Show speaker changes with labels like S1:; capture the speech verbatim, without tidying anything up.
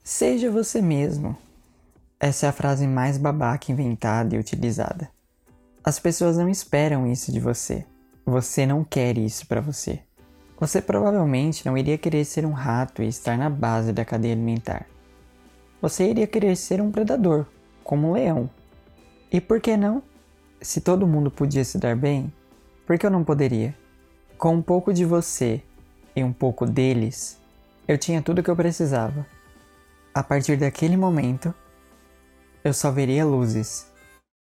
S1: Seja você mesmo. Essa é a frase mais babaca inventada e utilizada. As pessoas não esperam isso de você. Você não quer isso pra você. Você provavelmente não iria querer ser um rato e estar na base da cadeia alimentar. Você iria querer ser um predador, como um leão. E por que não? Se todo mundo podia se dar bem, por que eu não poderia? Com um pouco de você e um pouco deles, eu tinha tudo o que eu precisava. A partir daquele momento, eu só veria luzes.